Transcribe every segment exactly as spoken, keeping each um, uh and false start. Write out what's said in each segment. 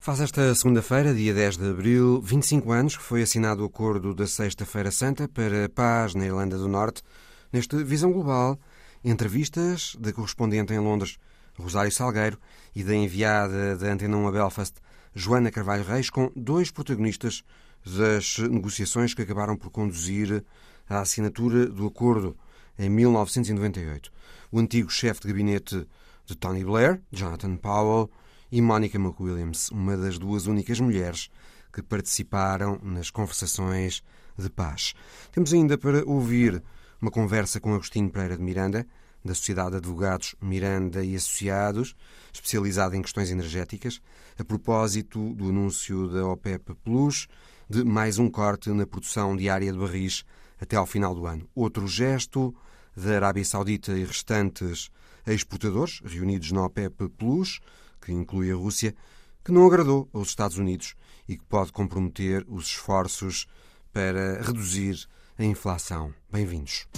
Faz esta segunda-feira, dia dez de abril, vinte e cinco anos que foi assinado o acordo da Sexta-feira Santa para a paz na Irlanda do Norte. Neste Visão Global, entrevistas da correspondente em Londres, Rosário Salgueiro, e da enviada da Antena um a Belfast, Joana Carvalho Reis, com dois protagonistas das negociações que acabaram por conduzir à assinatura do acordo em mil novecentos e noventa e oito. O antigo chefe de gabinete de Tony Blair, Jonathan Powell, e Monica McWilliams, uma das duas únicas mulheres que participaram nas conversações de paz. Temos ainda para ouvir uma conversa com Agostinho Pereira de Miranda, da Sociedade de Advogados Miranda e Associados, especializada em questões energéticas, a propósito do anúncio da OPEP Plus de mais um corte na produção diária de barris até ao final do ano. Outro gesto da Arábia Saudita e restantes exportadores reunidos na OPEP Plus, que inclui a Rússia, que não agradou aos Estados Unidos e que pode comprometer os esforços para reduzir a inflação. Bem-vindos.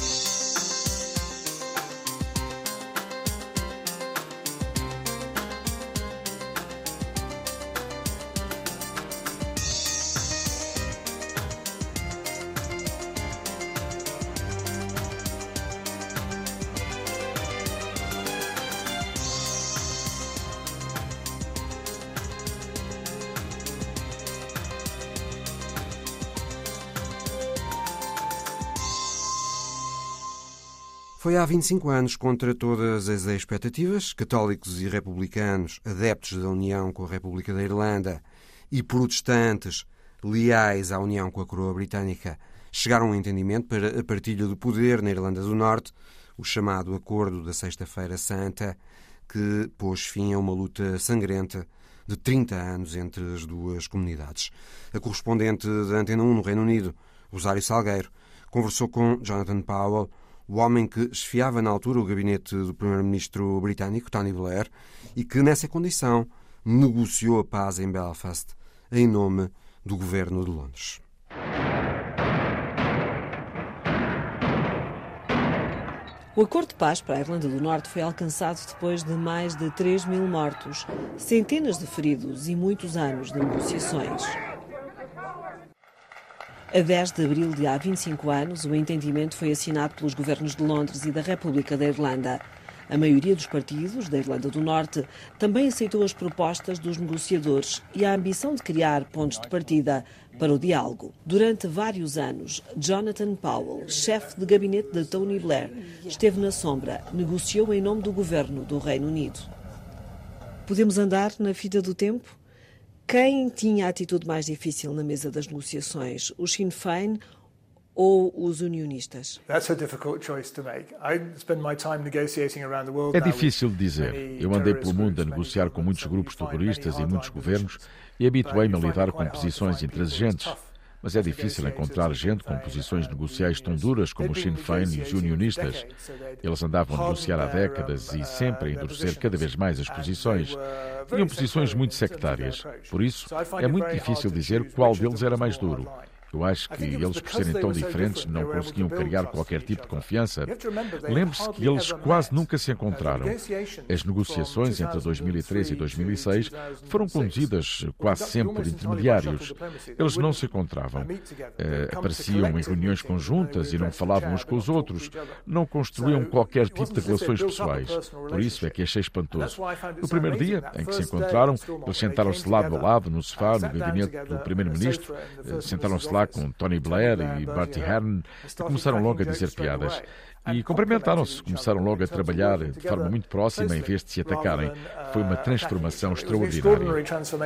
Foi há vinte e cinco anos, contra todas as expectativas, católicos e republicanos, adeptos da união com a República da Irlanda e protestantes leais à união com a coroa britânica, chegaram a um entendimento para a partilha do poder na Irlanda do Norte, o chamado Acordo da Sexta-feira Santa, que pôs fim a uma luta sangrenta de trinta anos entre as duas comunidades. A correspondente da Antena um no Reino Unido, Rosário Salgueiro, conversou com Jonathan Powell, o homem que esfiava na altura o gabinete do primeiro-ministro britânico, Tony Blair, e que, nessa condição, negociou a paz em Belfast em nome do governo de Londres. O acordo de paz para a Irlanda do Norte foi alcançado depois de mais de três mil mortos, centenas de feridos e muitos anos de negociações. A dez de abril de há vinte e cinco anos, o entendimento foi assinado pelos governos de Londres e da República da Irlanda. A maioria dos partidos da Irlanda do Norte também aceitou as propostas dos negociadores e a ambição de criar pontos de partida para o diálogo. Durante vários anos, Jonathan Powell, chefe de gabinete de Tony Blair, esteve na sombra, negociou em nome do governo do Reino Unido. Podemos andar na fita do tempo? Quem tinha a atitude mais difícil na mesa das negociações, o Sinn Féin ou os unionistas? É difícil de dizer. Eu andei pelo mundo a negociar com muitos grupos terroristas e muitos governos e habituei-me a lidar com posições intransigentes. Mas é difícil encontrar gente com posições negociais tão duras como o Sinn Féin e os unionistas. Eles andavam a negociar há décadas e sempre a endurecer cada vez mais as posições. Tinham posições muito sectárias. Por isso, é muito difícil dizer qual deles era mais duro. Eu acho que eles, por serem tão diferentes, não conseguiam criar qualquer tipo de confiança. Lembre-se que eles quase nunca se encontraram. As negociações entre dois mil e três e dois mil e seis foram conduzidas quase sempre por intermediários. Eles não se encontravam. Uh, apareciam em reuniões conjuntas e não falavam uns com os outros. Não construíam qualquer tipo de relações pessoais. Por isso é que achei espantoso. No primeiro dia em que se encontraram, eles sentaram-se lado a lado no sofá, no gabinete do primeiro-ministro, uh, sentaram-se lá com Tony Blair e Bertie Ahern e começaram logo a dizer piadas. E cumprimentaram-se, começaram logo a trabalhar de forma muito próxima em vez de se atacarem. Foi uma transformação extraordinária.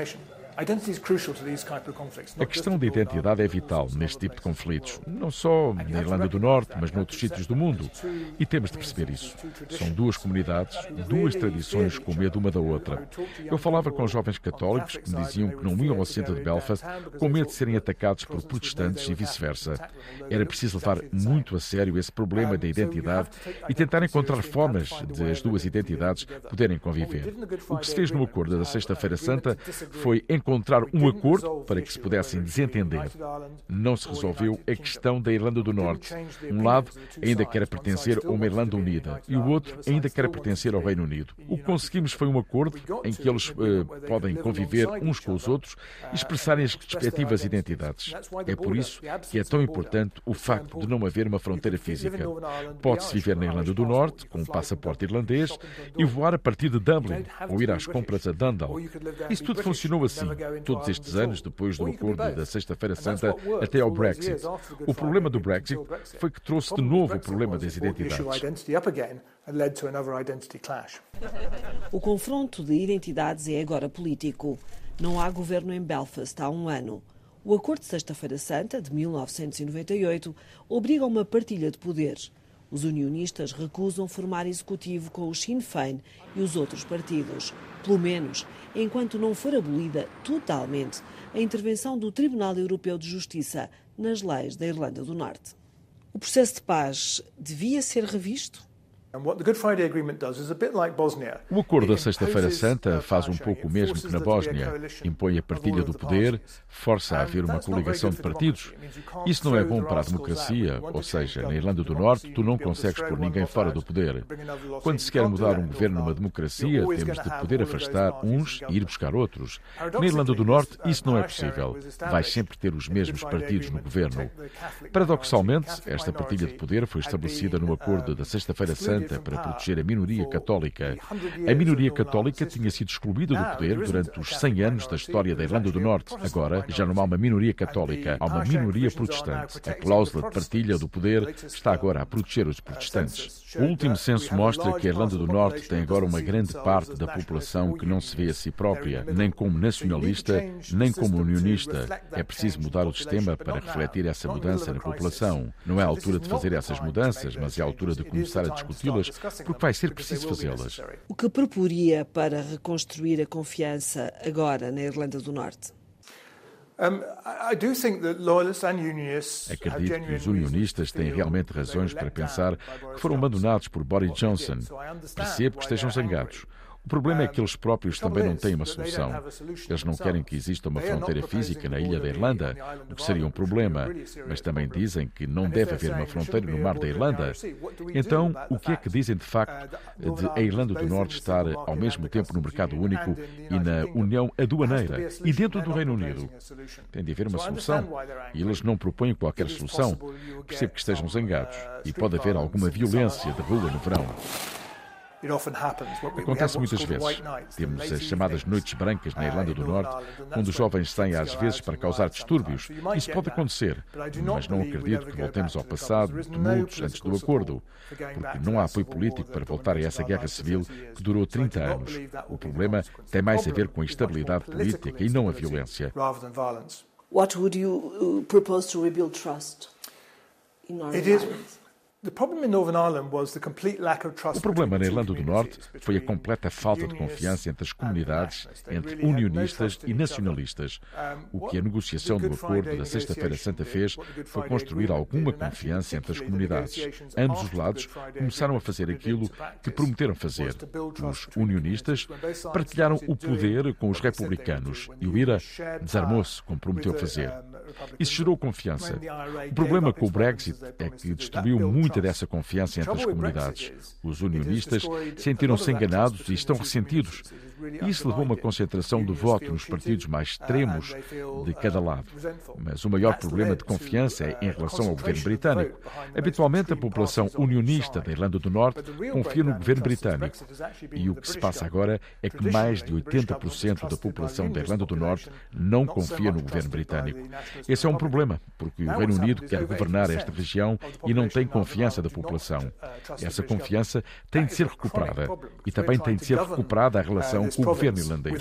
A questão da identidade é vital neste tipo de conflitos, não só na Irlanda do Norte, mas noutros sítios do mundo. E temos de perceber isso. São duas comunidades, duas tradições com medo uma da outra. Eu falava com jovens católicos que me diziam que não iam ao centro de Belfast com medo de serem atacados por protestantes e vice-versa. Era preciso levar muito a sério esse problema da identidade e tentar encontrar formas de as duas identidades poderem conviver. O que se fez no acordo da Sexta-feira Santa foi encontrar um acordo para que se pudessem desentender. Não se resolveu a questão da Irlanda do Norte. Um lado ainda quer pertencer a uma Irlanda unida e o outro ainda quer pertencer ao Reino Unido. O que conseguimos foi um acordo em que eles uh, podem conviver uns com os outros e expressarem as respectivas identidades. É por isso que é tão importante o facto de não haver uma fronteira física. Pode-se viver na Irlanda do Norte, com um passaporte irlandês, e voar a partir de Dublin, ou ir às compras a Dundalk. Isso tudo funcionou assim, todos estes anos, depois do acordo da Sexta-feira Santa até ao Brexit. O problema do Brexit foi que trouxe de novo o problema das identidades. O confronto de identidades é agora político. Não há governo em Belfast há um ano. O Acordo de Sexta-feira Santa, de mil novecentos e noventa e oito, obriga a uma partilha de poderes. Os unionistas recusam formar executivo com o Sinn Féin e os outros partidos, pelo menos enquanto não for abolida totalmente a intervenção do Tribunal Europeu de Justiça nas leis da Irlanda do Norte. O processo de paz devia ser revisto? O acordo da Sexta-feira Santa faz um pouco o mesmo que na Bósnia. Impõe a partilha do poder, força a haver uma coligação de partidos. Isso não é bom para a democracia, ou seja, na Irlanda do Norte tu não consegues pôr ninguém fora do poder. Quando se quer mudar um governo numa democracia, temos de poder afastar uns e ir buscar outros. Na Irlanda do Norte isso não é possível. Vais sempre ter os mesmos partidos no governo. Paradoxalmente, esta partilha de poder foi estabelecida no acordo da Sexta-feira Santa para proteger a minoria católica. A minoria católica tinha sido excluída do poder durante os cem anos da história da Irlanda do Norte. Agora, já não há uma minoria católica, há uma minoria protestante. A cláusula de partilha do poder está agora a proteger os protestantes. O último censo mostra que a Irlanda do Norte tem agora uma grande parte da população que não se vê a si própria, nem como nacionalista, nem como unionista. É preciso mudar o sistema para refletir essa mudança na população. Não é a altura de fazer essas mudanças, mas é a altura de começar a discuti-las, porque vai ser preciso fazê-las. O que proporia para reconstruir a confiança agora na Irlanda do Norte? Acredito que os unionistas têm realmente razões para pensar que foram abandonados por Boris Johnson. Percebo que estejam zangados. O problema é que eles próprios também não têm uma solução. Eles não querem que exista uma fronteira física na ilha da Irlanda, o que seria um problema, mas também dizem que não deve haver uma fronteira no mar da Irlanda. Então, o que é que dizem de facto de a Irlanda do Norte estar ao mesmo tempo no mercado único e na União Aduaneira e dentro do Reino Unido? Tem de haver uma solução e eles não propõem qualquer solução. Percebo que estejam zangados e pode haver alguma violência de rua no verão. Acontece muitas vezes. Temos as chamadas noites brancas na Irlanda do Norte, onde os jovens saem às vezes para causar distúrbios. Isso pode acontecer, mas não acredito que voltemos ao passado, tumultos antes do acordo, porque não há apoio político para voltar a essa guerra civil que durou trinta anos. O problema tem mais a ver com a instabilidade política e não a violência. What would you propose to rebuild trust in Northern Ireland? O problema na Irlanda do Norte foi a completa falta de confiança entre as comunidades, entre unionistas e nacionalistas. O que a negociação do acordo da Sexta-feira Santa fez foi construir alguma confiança entre as comunidades. Ambos os lados começaram a fazer aquilo que prometeram fazer. Os unionistas partilharam o poder com os republicanos e o I R A desarmou-se, como prometeu fazer. Isso gerou confiança. O problema com o Brexit é que destruiu muito dessa confiança entre as comunidades. Os unionistas sentiram-se enganados e estão ressentidos. Isso levou a uma concentração de voto nos partidos mais extremos de cada lado. Mas o maior problema de confiança é em relação ao governo britânico. Habitualmente, a população unionista da Irlanda do Norte confia no governo britânico. E o que se passa agora é que mais de oitenta por cento da população da Irlanda do Norte não confia no governo britânico. Esse é um problema, porque o Reino Unido quer governar esta região e não tem confiança da população. Essa confiança tem de ser recuperada e também tem de ser recuperada a relação com o governo irlandês.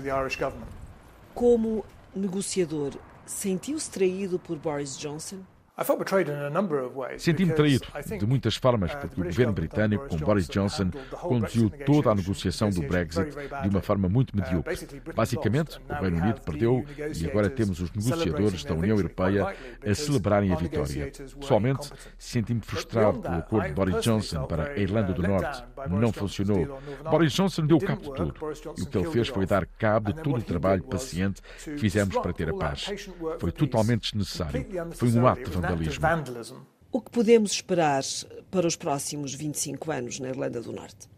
Como negociador, sentiu-se traído por Boris Johnson? Senti-me traído de muitas formas porque o governo britânico, com Boris Johnson, conduziu toda a negociação do Brexit de uma forma muito medíocre. Basicamente, o Reino Unido perdeu e agora temos os negociadores da União Europeia a celebrarem a vitória. Pessoalmente, senti-me frustrado pelo acordo de Boris Johnson para a Irlanda do Norte. Não funcionou. Boris Johnson deu cabo de tudo. E o que ele fez foi dar cabo de todo o trabalho paciente que fizemos para ter a paz. Foi totalmente desnecessário. Foi um ato de vandalismo. O que podemos esperar para os próximos vinte e cinco anos na Irlanda do Norte?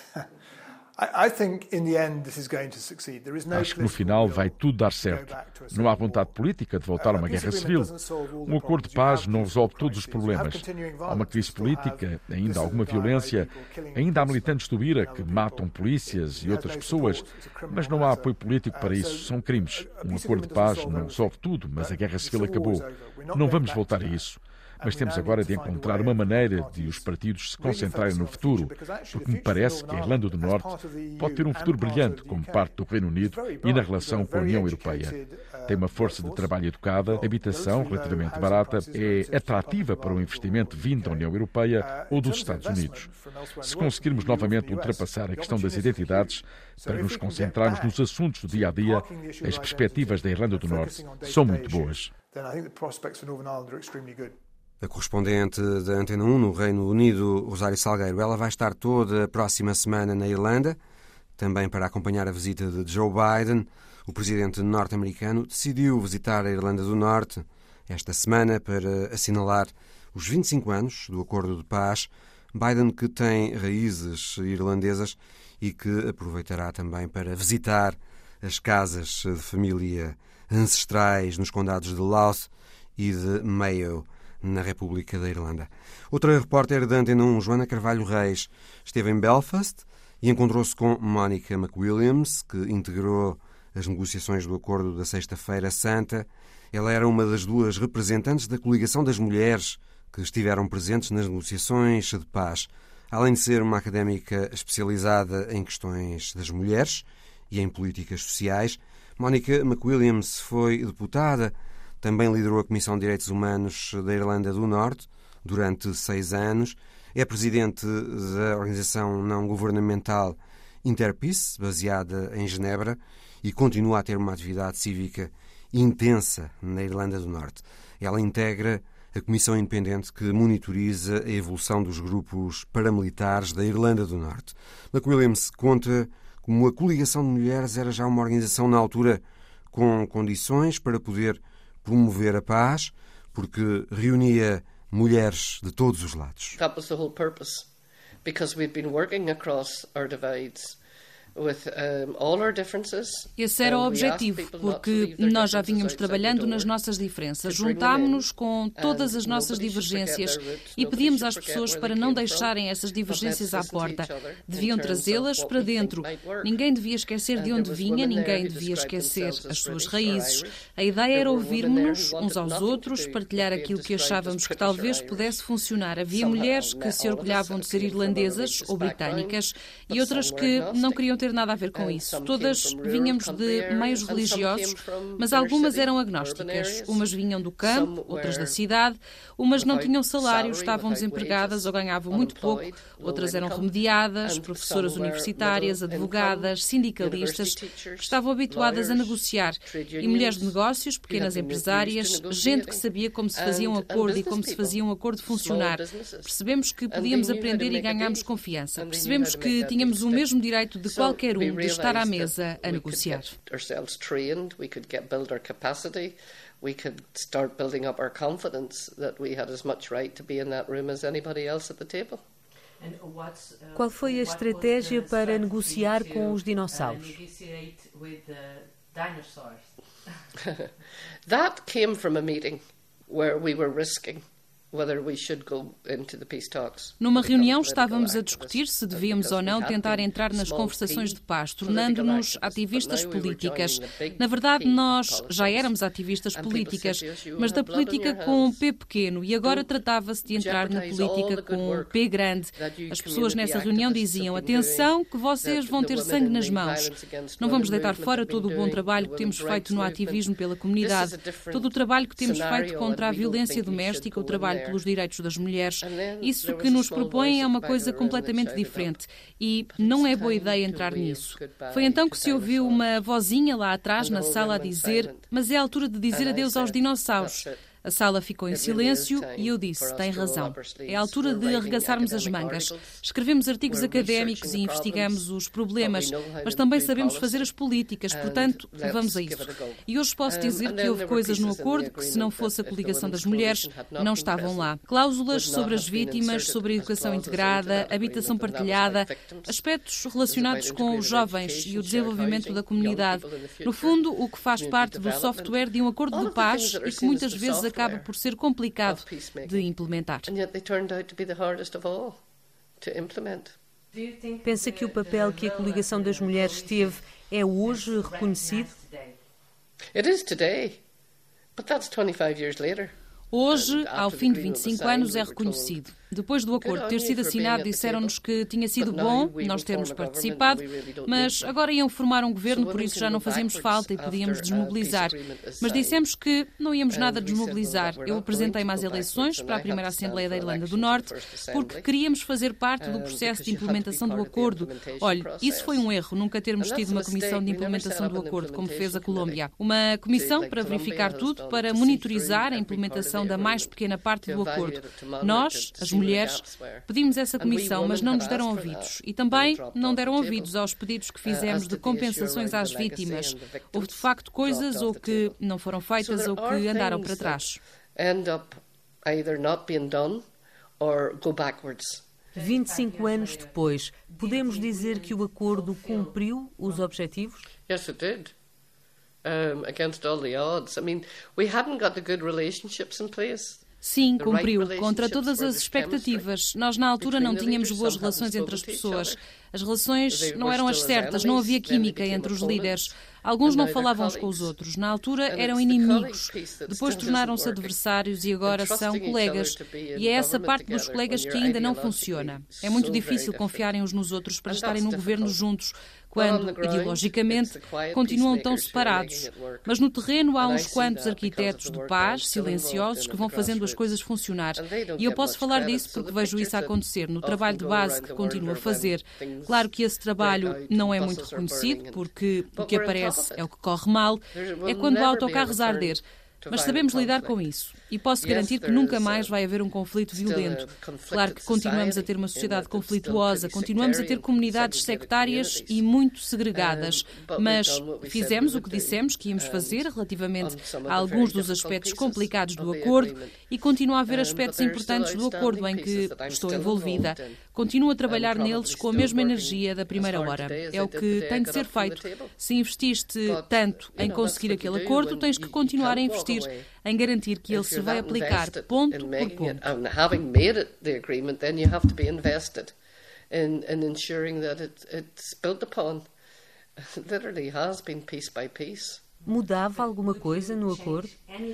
Acho que no final vai tudo dar certo. Não há vontade política de voltar a uma guerra civil. Um acordo de paz não resolve todos os problemas. Há uma crise política, ainda há alguma violência, ainda há militantes do IRA que matam polícias e outras pessoas, mas não há apoio político para isso. São crimes. Um acordo de paz não resolve tudo, mas a guerra civil acabou. Não vamos voltar a isso. Mas temos agora de encontrar uma maneira de os partidos se concentrarem no futuro, porque me parece que a Irlanda do Norte pode ter um futuro brilhante como parte do Reino Unido e na relação com a União Europeia. Tem uma força de trabalho educada, habitação relativamente barata, é atrativa para o investimento vindo da União Europeia ou dos Estados Unidos. Se conseguirmos novamente ultrapassar a questão das identidades para nos concentrarmos nos assuntos do dia a dia, as perspectivas da Irlanda do Norte são muito boas. A correspondente da Antena um no Reino Unido, Rosário Salgueiro, ela vai estar toda a próxima semana na Irlanda, também para acompanhar a visita de Joe Biden. O presidente norte-americano decidiu visitar a Irlanda do Norte esta semana para assinalar os vinte e cinco anos do Acordo de Paz. Biden, que tem raízes irlandesas e que aproveitará também para visitar as casas de família ancestrais nos condados de Louth e de Mayo, na República da Irlanda. Outra repórter da Antena um, Joana Carvalho Reis, esteve em Belfast e encontrou-se com Mónica McWilliams, que integrou as negociações do Acordo da Sexta-feira Santa. Ela era uma das duas representantes da coligação das mulheres que estiveram presentes nas negociações de paz. Além de ser uma académica especializada em questões das mulheres e em políticas sociais, Mónica McWilliams foi deputada. Também liderou a Comissão de Direitos Humanos da Irlanda do Norte durante seis anos. É presidente da organização não-governamental Interpeace, baseada em Genebra, e continua a ter uma atividade cívica intensa na Irlanda do Norte. Ela integra a Comissão Independente que monitoriza a evolução dos grupos paramilitares da Irlanda do Norte. McWilliams conta como a coligação de mulheres era já uma organização na altura com condições para poder promover a paz, porque reunia mulheres de todos os lados. That was the whole purpose, because we'd been working across our divides with um, all our differences. Esse era o objetivo, porque nós já vínhamos trabalhando nas nossas diferenças. Juntámo-nos com todas as nossas divergências e pedíamos às pessoas para não deixarem essas divergências à porta. Deviam trazê-las para dentro. Ninguém devia esquecer de onde vinha, ninguém devia esquecer as suas raízes. A ideia era ouvirmos-nos uns aos outros, partilhar aquilo que achávamos que talvez pudesse funcionar. Havia mulheres que se orgulhavam de ser irlandesas ou britânicas e outras que não queriam ter nada a ver com isso. Todas vínhamos de meios religiosos, mas algumas eram agnósticas. Umas vinham do campo, outras da cidade, umas não tinham salário, estavam desempregadas ou ganhavam muito pouco, outras eram remediadas, professoras universitárias, advogadas, sindicalistas, que estavam habituadas a negociar, e mulheres de negócios, pequenas empresárias, gente que sabia como se fazia um acordo e como se fazia um acordo funcionar. Percebemos que podíamos aprender e ganhámos confiança. Percebemos que tínhamos o mesmo direito de qualquer qualquer um de estar à mesa a negociar. We could start building up our confidence that we had as much right to be in that room as anybody else at the table. Qual foi a estratégia para negociar com os dinossauros? That came from a meeting where we were risking Numa reunião estávamos a discutir se devíamos ou não tentar entrar nas conversações de paz, tornando-nos ativistas políticas. Na verdade, nós já éramos ativistas políticas, mas da política com um P pequeno, e agora tratava-se de entrar na política com um P grande. As pessoas nessa reunião diziam: atenção que vocês vão ter sangue nas mãos. Não vamos deitar fora todo o bom trabalho que temos feito no ativismo pela comunidade, todo o trabalho que temos feito contra a violência doméstica, o trabalho pelos direitos das mulheres. Isso que nos propõem é uma coisa completamente diferente e não é boa ideia entrar nisso. Foi então que se ouviu uma vozinha lá atrás na sala a dizer: mas é a altura de dizer adeus aos dinossauros. A sala ficou em silêncio e eu disse: tem razão. É a altura de arregaçarmos as mangas. Escrevemos artigos académicos e investigamos os problemas, mas também sabemos fazer as políticas, portanto, vamos a isso. E hoje posso dizer que houve coisas no acordo que, se não fosse a coligação das mulheres, não estavam lá. Cláusulas sobre as vítimas, sobre a educação integrada, habitação partilhada, aspectos relacionados com os jovens e o desenvolvimento da comunidade. No fundo, o que faz parte do software de um acordo de paz e que muitas vezes acaba por ser complicado de implementar. Pensa que o papel que a coligação das mulheres teve é hoje reconhecido? It is today, but that's twenty-five years later. Hoje, ao fim de vinte e cinco anos, é reconhecido. Depois do acordo ter sido assinado, disseram-nos que tinha sido bom nós termos participado, mas agora iam formar um governo, por isso já não fazíamos falta e podíamos desmobilizar. Mas dissemos que não íamos nada desmobilizar. Eu apresentei-me às eleições para a primeira Assembleia da Irlanda do Norte porque queríamos fazer parte do processo de implementação do acordo. Olhe, isso foi um erro, nunca termos tido uma comissão de implementação do acordo, como fez a Colômbia. Uma comissão para verificar tudo, para monitorizar a implementação da mais pequena parte do acordo. Nós, as mulheres, pedimos essa comissão, mas não nos deram ouvidos. E também não deram ouvidos aos pedidos que fizemos de compensações às vítimas. Houve, de facto, coisas ou que não foram feitas ou que andaram para trás. vinte e cinco anos depois, podemos dizer que o acordo cumpriu os objetivos? Yes, it did. Um, against all the odds. I mean, we hadn't got the good relationships in place. Sim, cumpriu, contra todas as expectativas. Nós, na altura, não tínhamos boas relações entre as pessoas. As relações não eram as certas, não havia química entre os líderes. Alguns não falavam uns com os outros. Na altura, eram inimigos. Depois tornaram-se adversários e agora são colegas. E é essa parte dos colegas que ainda não funciona. É muito difícil confiarem uns nos outros para estarem no governo juntos, quando, ideologicamente, continuam tão separados. Mas no terreno há uns quantos arquitetos de paz, silenciosos, que vão fazendo as coisas funcionar. E eu posso falar disso porque vejo isso a acontecer no trabalho de base que continuo a fazer. Claro que esse trabalho não é muito reconhecido, porque o que aparece é o que corre mal, é quando há autocarros a arder. Mas sabemos lidar com isso. E posso garantir que nunca mais vai haver um conflito violento. Claro que continuamos a ter uma sociedade conflituosa, continuamos a ter comunidades sectárias e muito segregadas, mas fizemos o que dissemos que íamos fazer relativamente a alguns dos aspectos complicados do acordo e continua a haver aspectos importantes do acordo em que estou envolvida. Continuo a trabalhar neles com a mesma energia da primeira hora. É o que tem de ser feito. Se investiste tanto em conseguir aquele acordo, tens que continuar a investir em garantir que ele se vai aplicar ponto por ponto. Having made it the agreement, then you have to be invested in, in ensuring that it, it's built upon. It literally has been piece by piece. Mudava alguma coisa no acordo?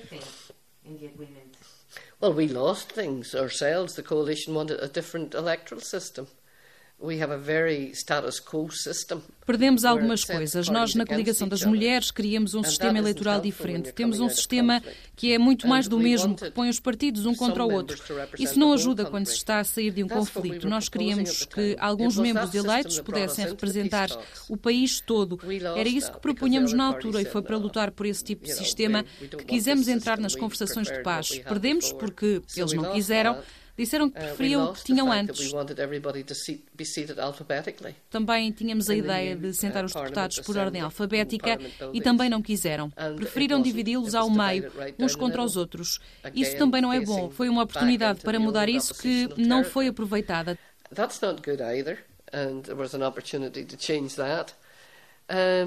Well, we lost things ourselves. The coalition wanted a different electoral system. We have a very status quo system. Perdemos algumas coisas. Nós, na Coligação das Mulheres, queríamos um sistema eleitoral diferente. Temos um sistema que é muito mais do mesmo, que põe os partidos um contra o outro. Isso não ajuda quando se está a sair de um conflito. Nós queríamos que alguns membros eleitos pudessem representar o país todo. Era isso que propunhamos na altura e foi para lutar por esse tipo de sistema que quisemos entrar nas conversações de paz. Perdemos porque eles não quiseram. Disseram que preferiam o que tinham antes. Também tínhamos a ideia de sentar os deputados por ordem alfabética e também não quiseram. Preferiram dividi-los ao meio, uns contra os outros. Isso também não é bom. Foi uma oportunidade para mudar isso que não foi aproveitada. That's not good either, and there was an opportunity to change that. Um,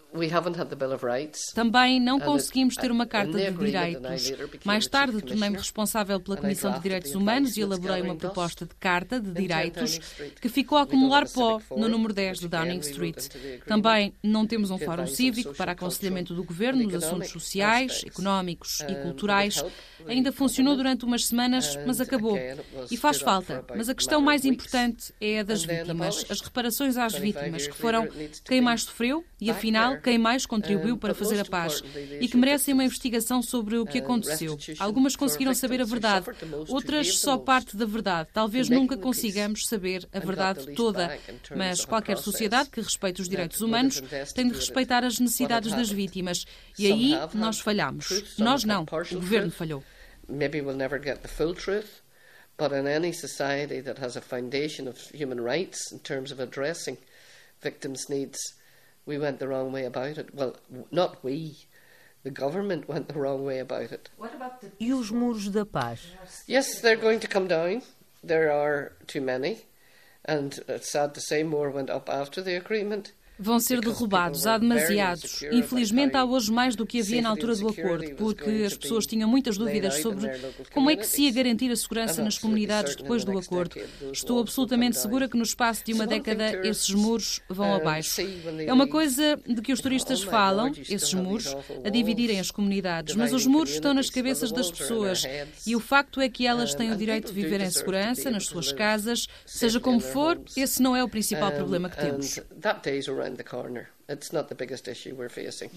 Também não conseguimos ter uma Carta de Direitos. Mais tarde, tornei-me responsável pela Comissão de Direitos Humanos e elaborei uma proposta de Carta de Direitos que ficou a acumular pó no número dez de Downing Street. Também não temos um fórum cívico para aconselhamento do Governo nos assuntos sociais, económicos e culturais. Ainda funcionou durante umas semanas, mas acabou. E faz falta. Mas a questão mais importante é a das vítimas. As reparações às vítimas, que foram quem mais sofreu e, afinal, quem mais contribuiu para fazer a paz. E que merecem uma investigação sobre o que aconteceu. Algumas conseguiram saber a verdade, outras só parte da verdade. Talvez nunca consigamos saber a verdade toda. Mas qualquer sociedade que respeite os direitos humanos tem de respeitar as necessidades das vítimas. E aí nós falhamos. Nós não. O governo falhou. Maybe we'll never get the full truth, but in any society that has a foundation of human rights in terms of addressing victims' needs, we went the wrong way about it. Well, not we. The government went the wrong way about it. E os muros da paz? Yes, they're going to come down. There are too many. And it's sad to say more went up after the agreement. Vão ser derrubados, há demasiados. Infelizmente há hoje mais do que havia na altura do acordo, porque as pessoas tinham muitas dúvidas sobre como é que se ia garantir a segurança nas comunidades depois do acordo. Estou absolutamente segura que no espaço de uma década esses muros vão abaixo. É uma coisa de que os turistas falam, esses muros, a dividirem as comunidades, mas os muros estão nas cabeças das pessoas e o facto é que elas têm o direito de viver em segurança nas suas casas, seja como for, esse não é o principal problema que temos. The corner. It's not the biggest issue we're facing.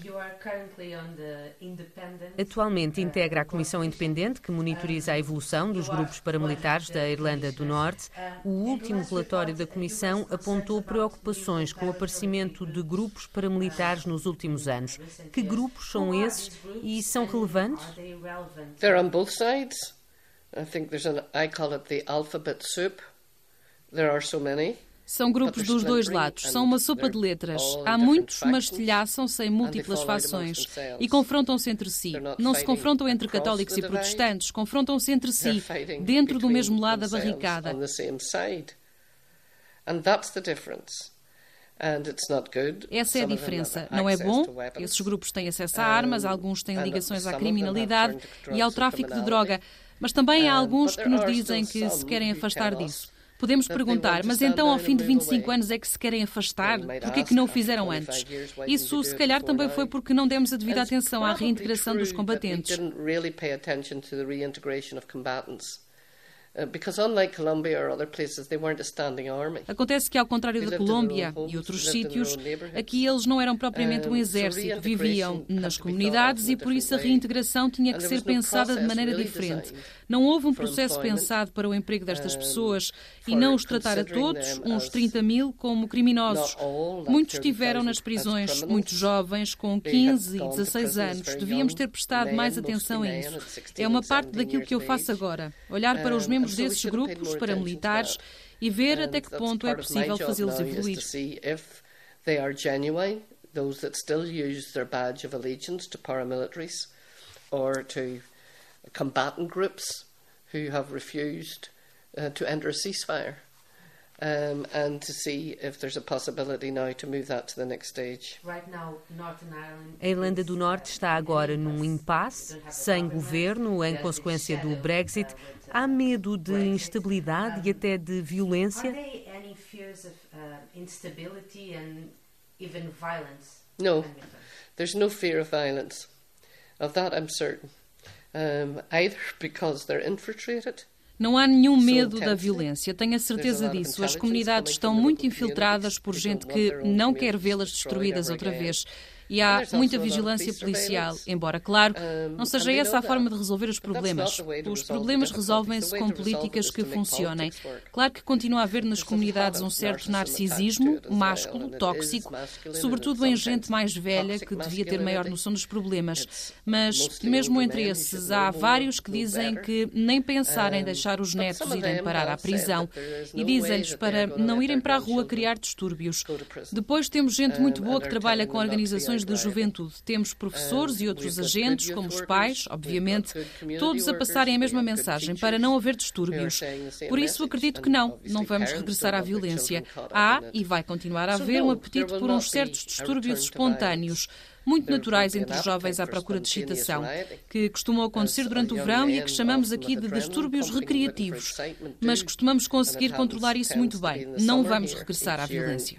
Atualmente integra a Comissão Independente que monitoriza a evolução dos grupos paramilitares da Irlanda do Norte. O último relatório da Comissão apontou preocupações com o aparecimento de grupos paramilitares nos últimos anos. Que grupos são esses e são relevantes? They're on both sides. I think there's an, I call it the alphabet soup. There are so many. São grupos dos dois lados, são uma sopa de letras. Há muitos, mas estilhaçam-se em múltiplas fações e confrontam-se entre si. Não se confrontam entre católicos e protestantes, confrontam-se entre si, dentro do mesmo lado da barricada. Essa é a diferença. Não é bom? Esses grupos têm acesso a armas, alguns têm ligações à criminalidade e ao tráfico de droga, mas também há alguns que nos dizem que se querem afastar disso. Podemos perguntar, mas então ao fim de vinte e cinco anos é que se querem afastar? Por que é que não o fizeram antes? Isso se calhar também foi porque não demos a devida atenção à reintegração dos combatentes. Acontece que, ao contrário da Colômbia e outros sítios, aqui eles não eram propriamente um exército, viviam nas comunidades e por isso a reintegração tinha que ser pensada de maneira diferente. Não houve um processo pensado para o emprego destas pessoas e não os tratar a todos, uns trinta mil, como criminosos. Muitos estiveram nas prisões, muitos jovens, com quinze e dezasseis anos. Devíamos ter prestado mais atenção a isso. É uma parte daquilo que eu faço agora, olhar para os membros desses grupos paramilitares e ver até que ponto é possível fazê-los evoluir. Combatant groups who have refused uh, to enter a ceasefire, um, and to see if there's a possibility now to move that to the next stage. A Irlanda do Norte está agora num impasse, sem governo, em consequência do Brexit. Há medo de instabilidade e até de violência? No, there's no fear of violence. Of that I'm certain. Um, either because they're infiltrated. Não há nenhum medo da violência, tenho a certeza disso. As comunidades estão muito infiltradas por gente que não quer vê-las destruídas outra vez. E há muita vigilância policial, embora, claro, não seja essa a forma de resolver os problemas. Os problemas resolvem-se com políticas que funcionem. Claro que continua a haver nas comunidades um certo narcisismo másculo, tóxico, sobretudo em gente mais velha que devia ter maior noção dos problemas. Mas, mesmo entre esses, há vários que dizem que nem pensar em deixar os netos irem parar à prisão e dizem-lhes para não irem para a rua criar distúrbios. Depois temos gente muito boa que trabalha com organizações áreas da juventude. Temos professores e outros agentes, como os pais, obviamente, todos a passarem a mesma mensagem para não haver distúrbios. Por isso, acredito que não, não vamos regressar à violência. Há e vai continuar a haver um apetite por uns certos distúrbios espontâneos, muito naturais entre os jovens à procura de excitação, que costumam acontecer durante o verão e a que chamamos aqui de distúrbios recreativos. Mas costumamos conseguir controlar isso muito bem. Não vamos regressar à violência.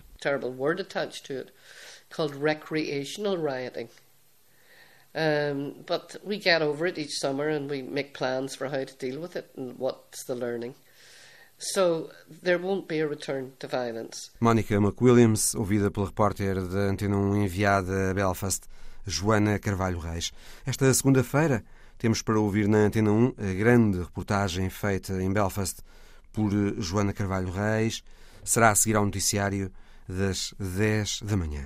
Um, but we get over it each summer and we make plans for how to deal with it and what's the learning. So there won't be a return to violence. Mónica McWilliams, ouvida pela repórter da Antena um enviada a Belfast, Joana Carvalho Reis. Esta segunda-feira temos para ouvir na Antena um a grande reportagem feita em Belfast por Joana Carvalho Reis. Será a seguir ao noticiário das dez da manhã.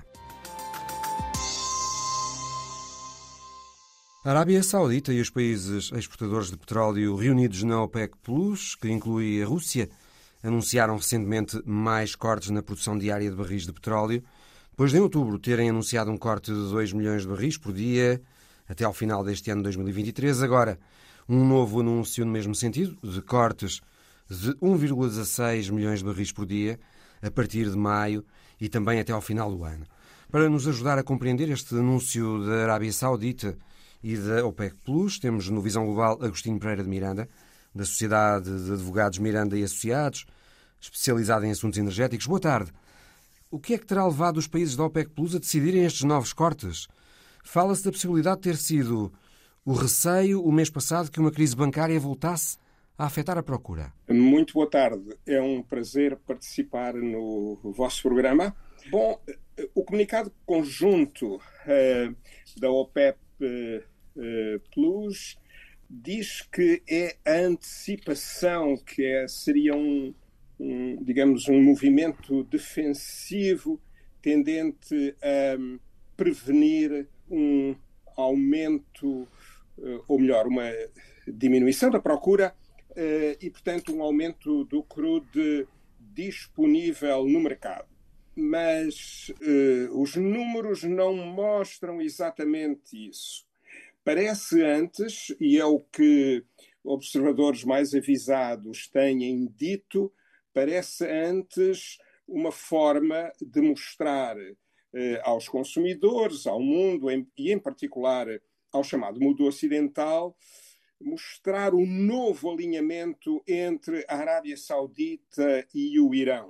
A Arábia Saudita e os países exportadores de petróleo reunidos na OPEC Plus, que inclui a Rússia, anunciaram recentemente mais cortes na produção diária de barris de petróleo, depois de em outubro terem anunciado um corte de dois milhões de barris por dia até ao final deste ano de dois mil e vinte e três. Agora, um novo anúncio no mesmo sentido, de cortes de um vírgula dezasseis milhões de barris por dia a partir de maio e também até ao final do ano. Para nos ajudar a compreender este anúncio da Arábia Saudita e da OPEC Plus, temos no Visão Global Agostinho Pereira de Miranda, da Sociedade de Advogados Miranda e Associados, especializada em assuntos energéticos. Boa tarde. O que é que terá levado os países da OPEC Plus a decidirem estes novos cortes? Fala-se da possibilidade de ter sido o receio, o mês passado, que uma crise bancária voltasse a afetar a procura. Muito boa tarde. É um prazer participar no vosso programa. Bom, o comunicado conjunto uh, da OPEC uh, Plus diz que é a antecipação, que é, seria um, um, digamos, um movimento defensivo tendente a um, prevenir um aumento, uh, ou melhor, uma diminuição da procura uh, e, portanto, um aumento do crude disponível no mercado. Mas uh, os números não mostram exatamente isso. Parece antes, e é o que observadores mais avisados têm dito, parece antes uma forma de mostrar uh, aos consumidores, ao mundo, em, e em particular ao chamado mundo ocidental, mostrar um novo alinhamento entre a Arábia Saudita e o Irão.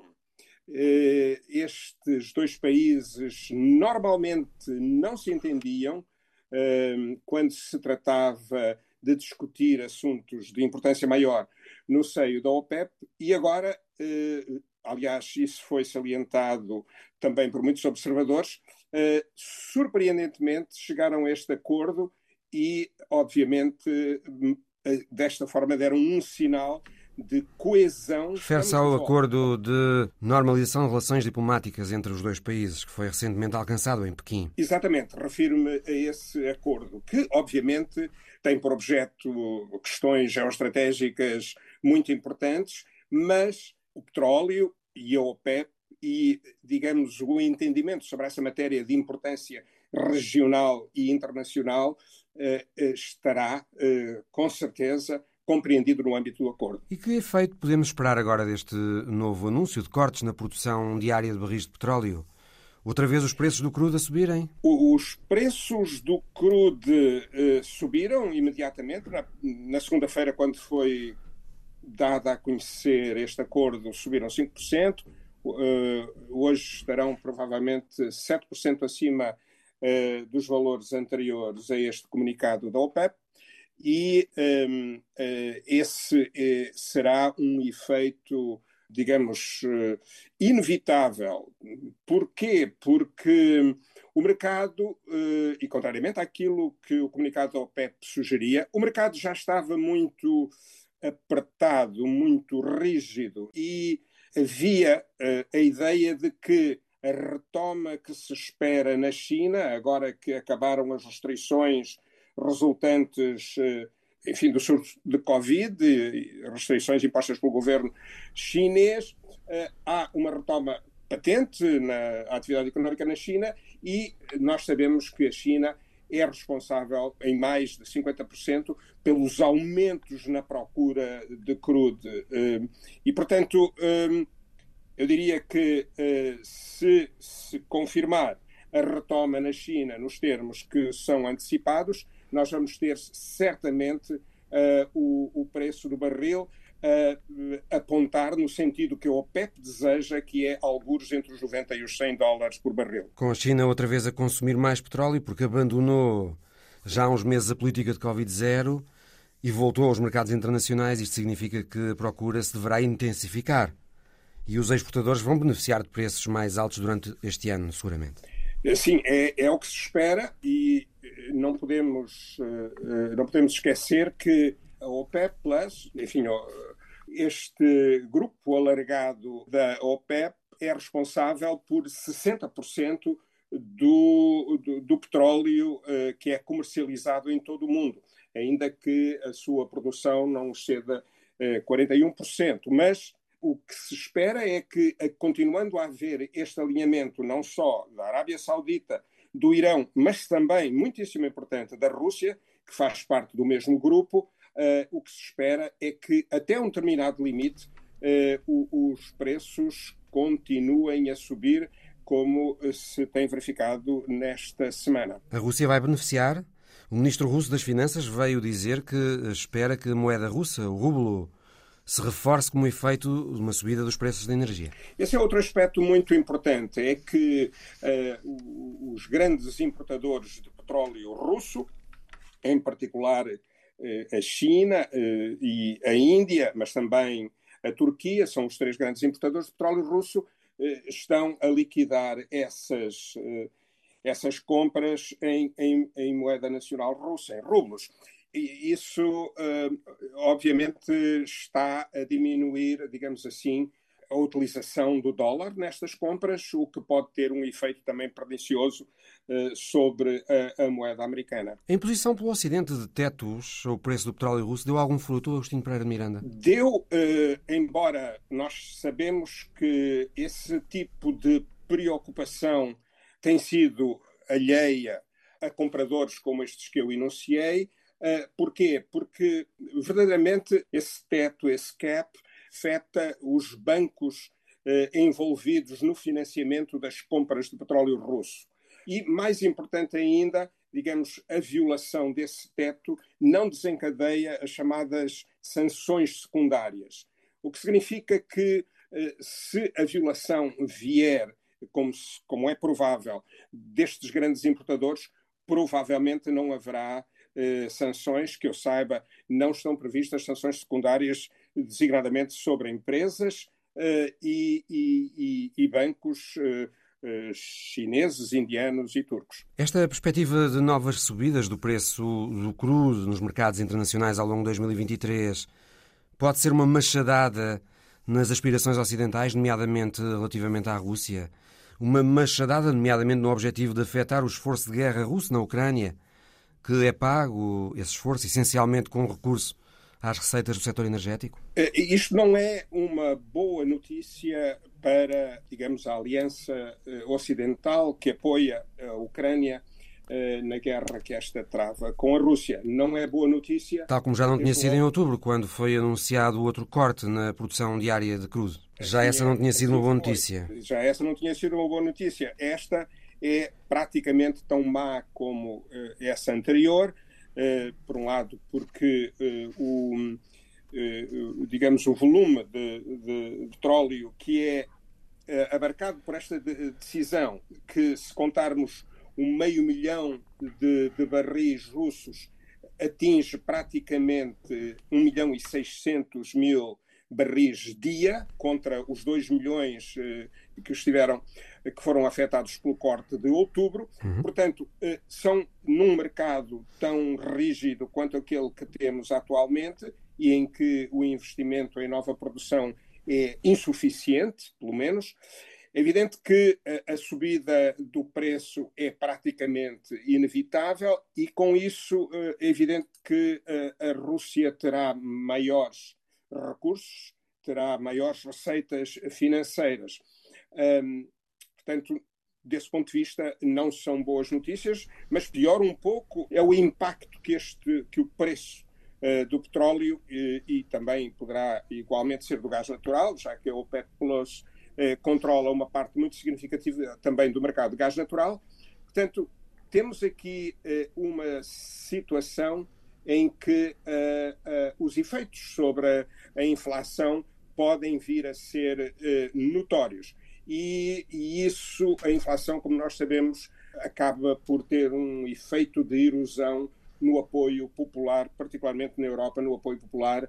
Estes dois países normalmente não se entendiam quando se tratava de discutir assuntos de importância maior no seio da OPEP e agora, aliás, isso foi salientado também por muitos observadores, surpreendentemente chegaram a este acordo e, obviamente, desta forma deram um sinal de coesão. Refere-se ao acordo de normalização de relações diplomáticas entre os dois países, que foi recentemente alcançado em Pequim. Exatamente, refiro-me a esse acordo, que obviamente tem por objeto questões geoestratégicas muito importantes, mas o petróleo e a OPEP e, digamos, o entendimento sobre essa matéria de importância regional e internacional estará, com certeza, compreendido no âmbito do acordo. E que efeito podemos esperar agora deste novo anúncio de cortes na produção diária de barris de petróleo? Outra vez os preços do crude a subirem? Os preços do crude uh, subiram imediatamente. Na, na segunda-feira, quando foi dado a conhecer este acordo, subiram cinco por cento. Uh, hoje estarão provavelmente sete por cento acima uh, dos valores anteriores a este comunicado da OPEP. E um, uh, esse uh, será um efeito, digamos, uh, inevitável. Porquê? Porque o mercado, uh, e contrariamente àquilo que o comunicado da OPEP sugeria, o mercado já estava muito apertado, muito rígido e havia uh, a ideia de que a retoma que se espera na China, agora que acabaram as restrições resultantes, enfim, do surto de Covid, restrições impostas pelo governo chinês, há uma retoma patente na atividade económica na China, e nós sabemos que a China é responsável em mais de cinquenta por cento pelos aumentos na procura de crude. E, portanto, eu diria que se, se confirmar a retoma na China nos termos que são antecipados, nós vamos ter certamente uh, o, o preço do barril uh, apontar no sentido que a OPEP deseja, que é algures entre os noventa e os cem dólares por barril. Com a China outra vez a consumir mais petróleo, porque abandonou já há uns meses a política de Covid zero e voltou aos mercados internacionais, isto significa que a procura se deverá intensificar. E os exportadores vão beneficiar de preços mais altos durante este ano, seguramente. Sim, é, é o que se espera, e não podemos, não podemos esquecer que a OPEP Plus, enfim, este grupo alargado da OPEP é responsável por sessenta por cento do, do, do petróleo que é comercializado em todo o mundo, ainda que a sua produção não exceda quarenta e um por cento. Mas o que se espera é que, continuando a haver este alinhamento não só da Arábia Saudita, do Irão, mas também, muitíssimo importante, da Rússia, que faz parte do mesmo grupo, uh, o que se espera é que, até um determinado limite, uh, o, os preços continuem a subir, como se tem verificado nesta semana. A Rússia vai beneficiar? O ministro russo das Finanças veio dizer que espera que a moeda russa, o rublo, se reforce como efeito de uma subida dos preços da energia. Esse é outro aspecto muito importante, é que uh, os grandes importadores de petróleo russo, em particular uh, a China uh, e a Índia, mas também a Turquia, são os três grandes importadores de petróleo russo, uh, estão a liquidar essas, uh, essas compras em, em, em moeda nacional russa, em rublos. E isso, obviamente, está a diminuir, digamos assim, a utilização do dólar nestas compras, o que pode ter um efeito também pernicioso sobre a, a moeda americana. A imposição pelo Ocidente de tetos ao preço do petróleo russo deu algum fruto, Agostinho Pereira de Miranda? Deu, embora nós sabemos que esse tipo de preocupação tem sido alheia a compradores como estes que eu enunciei. Uh, porquê? Porque verdadeiramente esse teto, esse cap, afeta os bancos uh, envolvidos no financiamento das compras de petróleo russo. E, mais importante ainda, digamos, a violação desse teto não desencadeia as chamadas sanções secundárias. O que significa que, uh, se a violação vier, como, se, como é provável, destes grandes importadores, provavelmente não haverá Eh, sanções, que eu saiba, não estão previstas sanções secundárias designadamente sobre empresas eh, e, e, e bancos eh, eh, chineses, indianos e turcos. Esta perspectiva de novas subidas do preço do crudo nos mercados internacionais ao longo de dois mil e vinte e três pode ser uma machadada nas aspirações ocidentais, nomeadamente relativamente à Rússia? Uma machadada, nomeadamente no objetivo de afetar o esforço de guerra russo na Ucrânia, que é pago, esse esforço, essencialmente com recurso às receitas do setor energético? Isto não é uma boa notícia para, digamos, a aliança ocidental que apoia a Ucrânia na guerra que esta trava com a Rússia. Não é boa notícia. Tal como já não tinha sido em outubro, quando foi anunciado outro corte na produção diária de crudo. Já essa não tinha sido uma boa notícia. Já essa não tinha sido uma boa notícia. Esta é praticamente tão má como uh, essa anterior, uh, por um lado porque uh, o, uh, digamos, o volume de, de petróleo que é uh, abarcado por esta de, decisão, que se contarmos um meio milhão de, de barris russos, atinge praticamente um milhão e seiscentos mil barris dia, contra os dois milhões eh, que estiveram, que foram afetados pelo corte de outubro. Uhum. Portanto, eh, são num mercado tão rígido quanto aquele que temos atualmente e em que o investimento em nova produção é insuficiente, pelo menos. É evidente que a, a subida do preço é praticamente inevitável e, com isso, é evidente que a, a Rússia terá maiores recursos, terá maiores receitas financeiras. Um, portanto, desse ponto de vista, não são boas notícias, mas pior um pouco é o impacto que, este, que o preço uh, do petróleo e, e também poderá igualmente ser do gás natural, já que a OPEP Plus uh, controla uma parte muito significativa também do mercado de gás natural. Portanto, temos aqui uh, uma situação em que uh, uh, os efeitos sobre a, a inflação podem vir a ser uh, notórios. E, e isso, a inflação, como nós sabemos, acaba por ter um efeito de erosão no apoio popular, particularmente na Europa, no apoio popular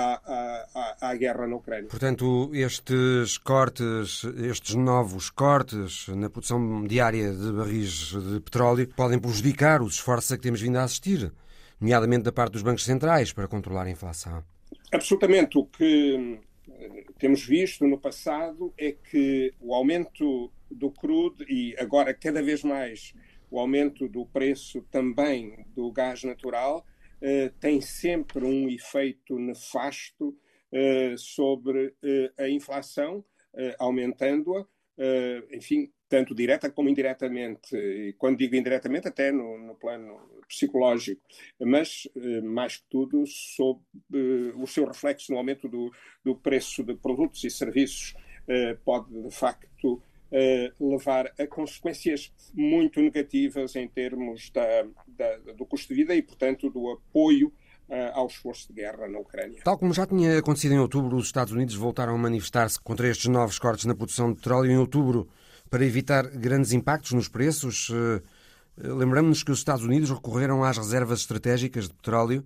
à, à, à guerra na Ucrânia. Portanto, estes cortes, estes novos cortes na produção diária de barris de petróleo podem prejudicar os esforços a que temos vindo a assistir, nomeadamente da parte dos bancos centrais, para controlar a inflação. Absolutamente. O que temos visto no passado é que o aumento do crudo e agora cada vez mais o aumento do preço também do gás natural eh, tem sempre um efeito nefasto eh, sobre eh, a inflação, eh, aumentando-a, eh, enfim, tanto direta como indiretamente. E quando digo indiretamente, até no, no plano psicológico, mas, eh, mais que tudo, sob eh, o seu reflexo no aumento do, do preço de produtos e serviços eh, pode, de facto, eh, levar a consequências muito negativas em termos da, da, do custo de vida e, portanto, do apoio uh, ao esforço de guerra na Ucrânia. Tal como já tinha acontecido em outubro, os Estados Unidos voltaram a manifestar-se contra estes novos cortes na produção de petróleo em outubro para evitar grandes impactos nos preços. Uh, lembramos-nos que os Estados Unidos recorreram às reservas estratégicas de petróleo.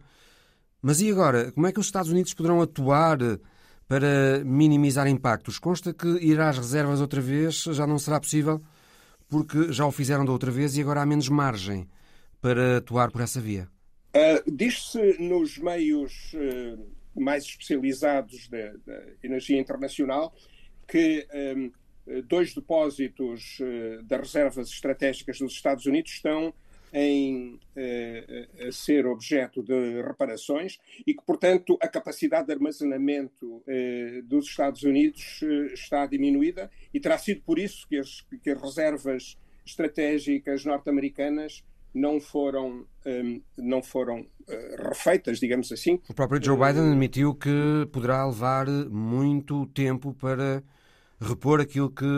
Mas e agora? Como é que os Estados Unidos poderão atuar para minimizar impactos? Consta que ir às reservas outra vez já não será possível, porque já o fizeram da outra vez e agora há menos margem para atuar por essa via. Uh, diz-se nos meios uh, mais especializados da, da energia internacional que um, dois depósitos uh, das reservas estratégicas dos Estados Unidos estão em uh, a ser objeto de reparações e que, portanto, a capacidade de armazenamento uh, dos Estados Unidos uh, está diminuída e terá sido por isso que as, que as reservas estratégicas norte-americanas não foram, um, não foram uh, refeitas, digamos assim. O próprio Joe Biden admitiu que poderá levar muito tempo para repor aquilo que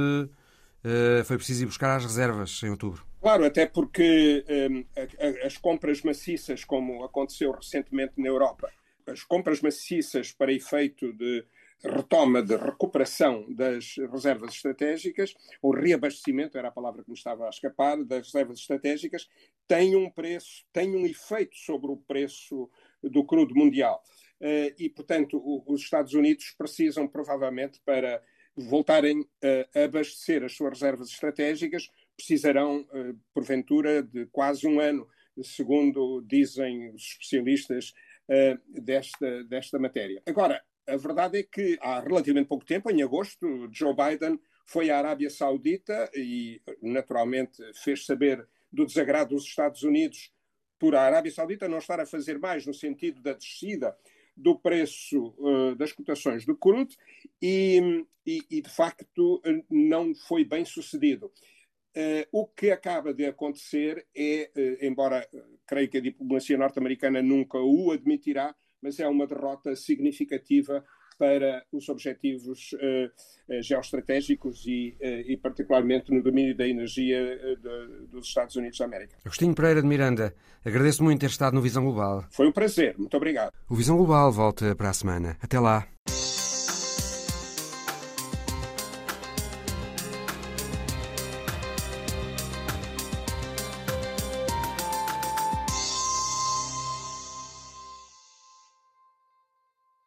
uh, foi preciso ir buscar às reservas em outubro. Claro, até porque um, a, a, as compras maciças, como aconteceu recentemente na Europa, as compras maciças para efeito de retoma, de recuperação das reservas estratégicas, ou reabastecimento, era a palavra que me estava a escapar, das reservas estratégicas, tem um preço, tem um efeito sobre o preço do crudo mundial. Uh, e, portanto, o, os Estados Unidos precisam, provavelmente, para voltarem a abastecer as suas reservas estratégicas, precisarão, uh, porventura, de quase um ano, segundo dizem os especialistas uh, desta, desta matéria. Agora, a verdade é que há relativamente pouco tempo, em agosto, Joe Biden foi à Arábia Saudita e, naturalmente, fez saber do desagrado dos Estados Unidos por a Arábia Saudita não estar a fazer mais no sentido da descida do preço uh, das cotações do crudo e, e, e, de facto, não foi bem sucedido. Uh, o que acaba de acontecer é, uh, embora uh, creio que a diplomacia norte-americana nunca o admitirá, mas é uma derrota significativa para os objetivos uh, geoestratégicos e, uh, e, particularmente, no domínio da energia uh, de, dos Estados Unidos da América. Agostinho Pereira de Miranda, agradeço muito ter estado no Visão Global. Foi um prazer, muito obrigado. O Visão Global volta para a semana. Até lá.